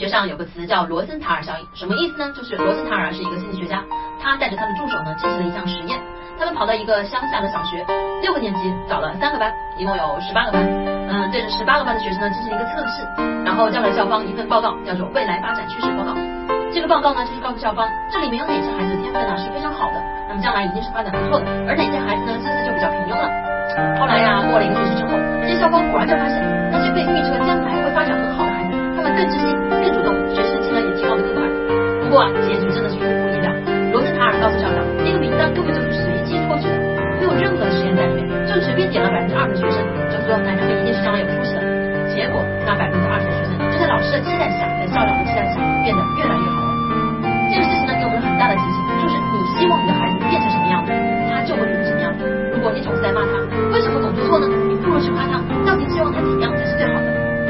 学上有个词叫罗森塔尔效应，什么意思呢？就是罗森塔尔是一个心理学家，他带着他的助手呢进行了一项实验。他们跑到一个乡下的小学，6个年级找了3个班，一共有18个班。对着18个班的学生呢进行了一个测试，然后交给校方一份报告，叫做未来发展趋势报告。这个报告呢就是告诉校方，这里面有哪些孩子的天分呢是非常好的，那么将来一定是发展不错的，而哪些孩子呢心思就比较平庸了。后来呀，过了1个学期之后，这些校方果然就发现，那些被预测将来会发展很好的孩子，他们更自信、更主动，学习成绩呢也提高得更快。不过结局真的是出乎意料，罗森塔尔告诉校长，那个名单根本就是随机抽取的，没有任何实验在里面，就随便点了2%的学生，就是说，他们一定是将来有